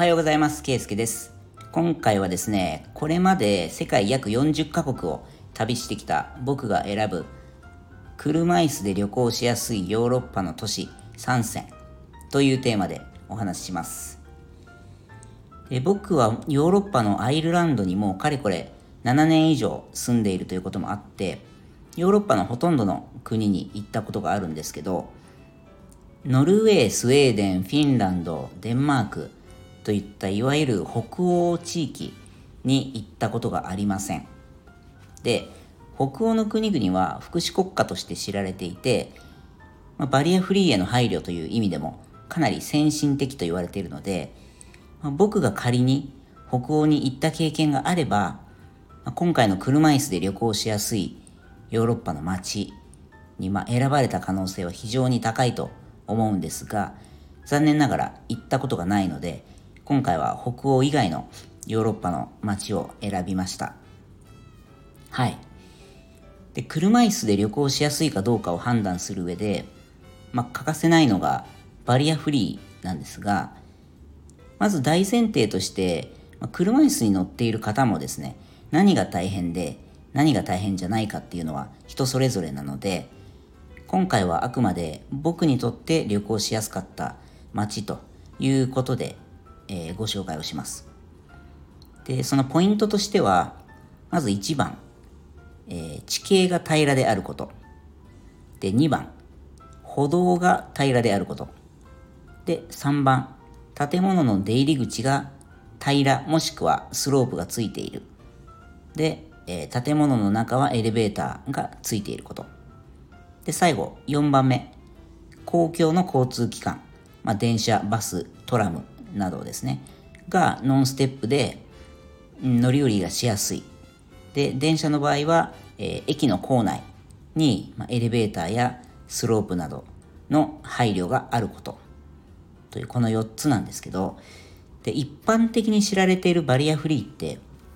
はようございます。ケイスケです。今回はですね、これまで世界約40カ国を旅してきた僕が選ぶ車椅子で旅行しやすいヨーロッパの都市3選というテーマでお話しします。僕はヨーロッパのアイルランドにもかれこれ7年以上住んでいるということもあって、ヨーロッパのほとんどの国に行ったことがあるんですけど、ノルウェー、スウェーデン、フィンランド、デンマークといったいわゆる北欧地域に行ったことがありません。で、北欧の国々は福祉国家として知られていて、バリアフリーへの配慮という意味でもかなり先進的と言われているので、僕が仮に北欧に行った経験があれば、今回の車椅子で旅行しやすいヨーロッパの街に選ばれた可能性は非常に高いと思うんですが、残念ながら行ったことがないので、今回は北欧以外のヨーロッパの街を選びました。はい。で、車椅子で旅行しやすいかどうかを判断する上で、欠かせないのがバリアフリーなんですが、まず大前提として、車椅子に乗っている方もですね、何が大変で何が大変じゃないかっていうのは人それぞれなので、今回はあくまで僕にとって旅行しやすかった街ということで、ご紹介をします。で、そのポイントとしては、まず1番、地形が平らであること。で、2番、歩道が平らであること。で、3番、建物の出入り口が平らもしくはスロープがついている。で、建物の中はエレベーターがついていること。で、最後4番目、公共の交通機関、電車、バス、トラムなどですねがノンステップで乗り降りがしやすい。で、電車の場合は、駅の構内に、エレベーターやスロープなどの配慮があることというこの4つなんですけど、で、一般的に知られているバリアフリーって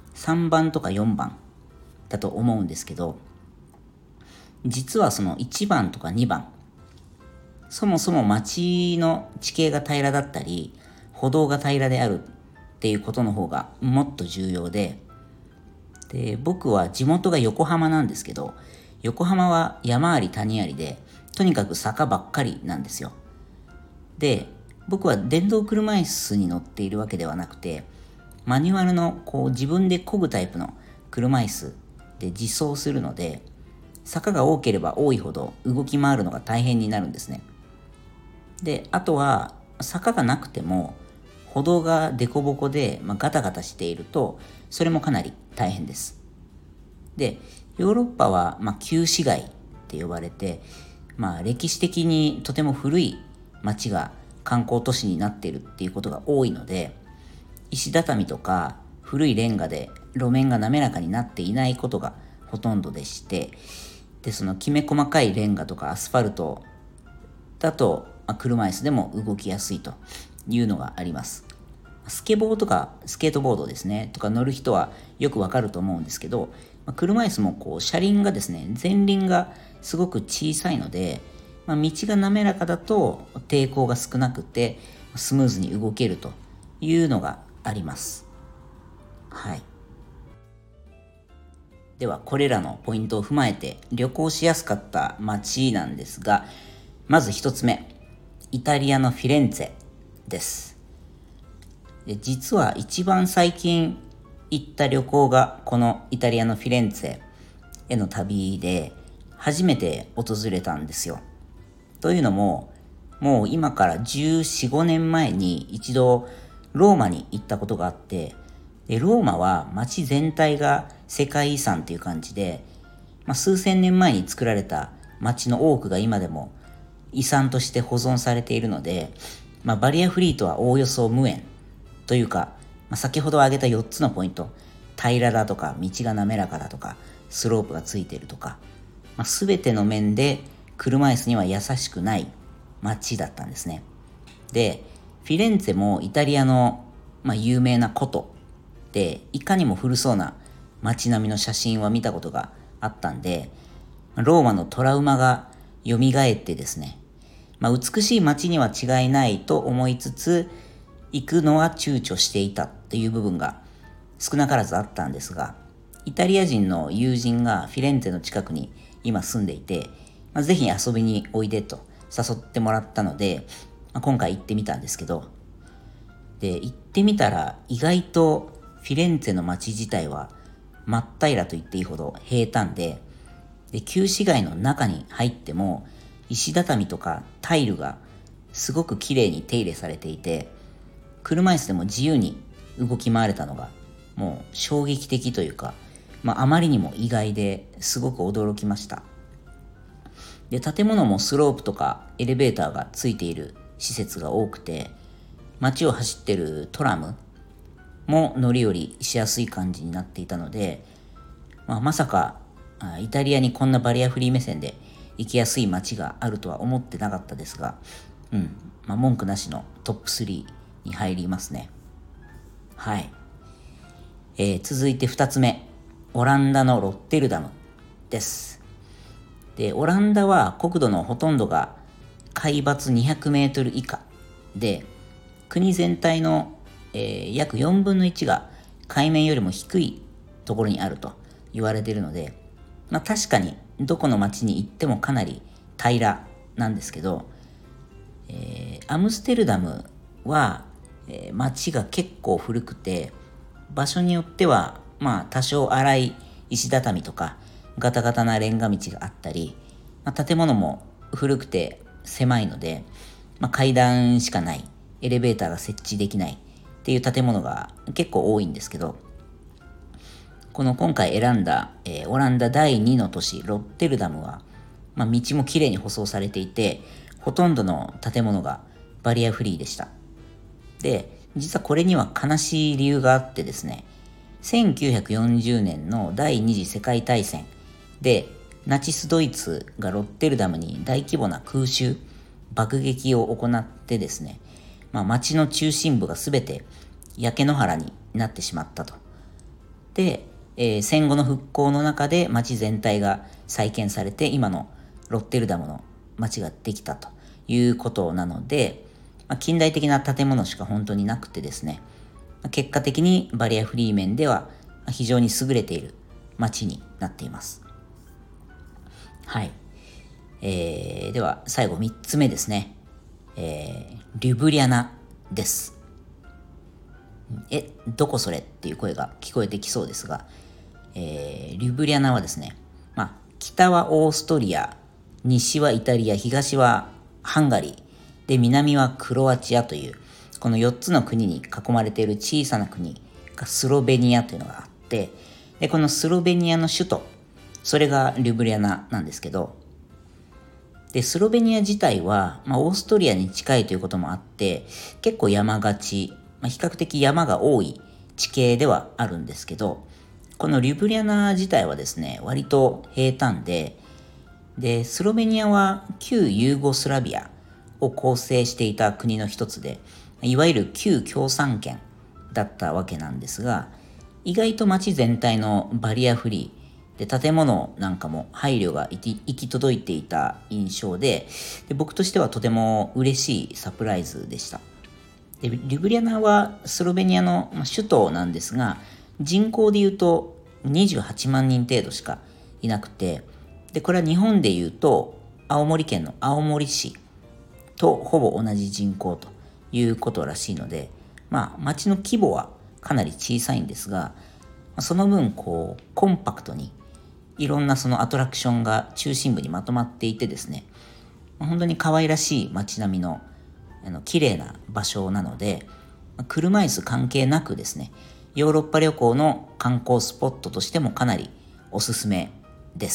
3番とか4番だと思うんですけど、実はその1番とか2番、そもそも街の地形が平らだったり歩道が平らであるっていうことの方がもっと重要で、僕は地元が横浜なんですけど、横浜は山あり谷ありでとにかく坂ばっかりなんですよ。で、僕は電動車椅子に乗っているわけではなくて、マニュアルの自分で漕ぐタイプの車椅子で自走するので、坂が多ければ多いほど動き回るのが大変になるんですね。で、あとは坂がなくても歩道が凸凹で、ガタガタしているとそれもかなり大変です。で、ヨーロッパは、旧市街って呼ばれて、歴史的にとても古い町が観光都市になっているっていうことが多いので、石畳とか古いレンガで路面が滑らかになっていないことがほとんどでして、で、そのきめ細かいレンガとかアスファルトだと、車椅子でも動きやすいというのがあります。スケボーとかスケートボードですねとか乗る人はよくわかると思うんですけど、車椅子も車輪がですね、前輪がすごく小さいので、道が滑らかだと抵抗が少なくてスムーズに動けるというのがあります。はい。では、これらのポイントを踏まえて旅行しやすかった街なんですが、まず一つ目、イタリアのフィレンツェです。で、実は一番最近行った旅行がこのイタリアのフィレンツェへの旅で初めて訪れたんですよ。というのも、もう今から14、15年前に一度ローマに行ったことがあって、で、ローマは街全体が世界遺産という感じで、数千年前に作られた街の多くが今でも遺産として保存されているので、バリアフリーとはおおよそ無縁というか、先ほど挙げた4つのポイント、平らだとか道が滑らかだとかスロープがついているとか、全ての面で車椅子には優しくない街だったんですね。で、フィレンツェもイタリアの、有名な古都で、いかにも古そうな街並みの写真は見たことがあったんで、ローマのトラウマが蘇ってですね、美しい街には違いないと思いつつ、 行くのは躊躇していたっていう部分が少なからずあったんですが、イタリア人の友人がフィレンツェの近くに今住んでいて、ぜひ遊びにおいでと誘ってもらったので、今回行ってみたんですけど、で行ってみたら意外とフィレンツェの街自体は真っ平らと言っていいほど平坦で、旧市街の中に入っても石畳とかタイルがすごく綺麗に手入れされていて、車椅子でも自由に動き回れたのがもう衝撃的というか、あまりにも意外ですごく驚きました。で、建物もスロープとかエレベーターがついている施設が多くて、街を走ってるトラムも乗り降りしやすい感じになっていたので、まさかイタリアにこんなバリアフリー目線で行きやすい街があるとは思ってなかったですが、文句なしのトップ3に入りますね。はい。続いて2つ目、オランダのロッテルダムです。で、オランダは国土のほとんどが海抜200メートル以下で、国全体の、約4分の1が海面よりも低いところにあると言われているので、確かにどこの町に行ってもかなり平らなんですけど、アムステルダムは、町が結構古くて、場所によっては多少荒い石畳とかガタガタなレンガ道があったり、建物も古くて狭いので、階段しかない、エレベーターが設置できないっていう建物が結構多いんですけど、この今回選んだ、オランダ第2の都市ロッテルダムは、道もきれいに舗装されていて、ほとんどの建物がバリアフリーでした。で、実はこれには悲しい理由があってですね、1940年の第二次世界大戦でナチスドイツがロッテルダムに大規模な空襲、爆撃を行ってですね、街の中心部がすべて焼け野原になってしまったと。で、戦後の復興の中で街全体が再建されて、今のロッテルダムの街ができたということなので、近代的な建物しか本当になくてですね、結果的にバリアフリー面では非常に優れている街になっています。はい。では最後3つ目ですね。リュブリャナです。どこそれっていう声が聞こえてきそうですが、リュブリャナはですね、北はオーストリア、西はイタリア、東はハンガリー、で、南はクロアチアという、この4つの国に囲まれている小さな国がスロベニアというのがあって、で、このスロベニアの首都、それがリュブリャナなんですけど、で、スロベニア自体は、オーストリアに近いということもあって、結構山がち、比較的山が多い地形ではあるんですけど、このリュブリャナ自体はですね、割と平坦で、スロベニアは旧ユーゴスラビアを構成していた国の一つで、いわゆる旧共産圏だったわけなんですが、意外と街全体のバリアフリーで、建物なんかも配慮が行き届いていた印象で、僕としてはとても嬉しいサプライズでした。で、リュブリャナはスロベニアの首都なんですが、人口でいうと28万人程度しかいなくて、で、これは日本でいうと青森県の青森市とほぼ同じ人口ということらしいので、町の規模はかなり小さいんですが、その分コンパクトにいろんなそのアトラクションが中心部にまとまっていてですね、本当に可愛らしい街並みの綺麗な場所なので、車椅子関係なくですね、ヨーロッパ旅行の観光スポットとしてもかなりおすすめです。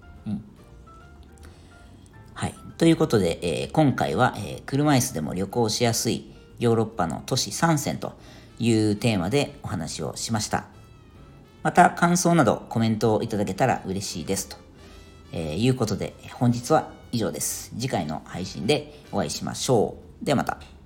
はい。ということで、今回は、車椅子でも旅行しやすいヨーロッパの都市3選というテーマでお話をしました。また感想などコメントをいただけたら嬉しいですと、いうことで本日は以上です。次回の配信でお会いしましょう。ではまた。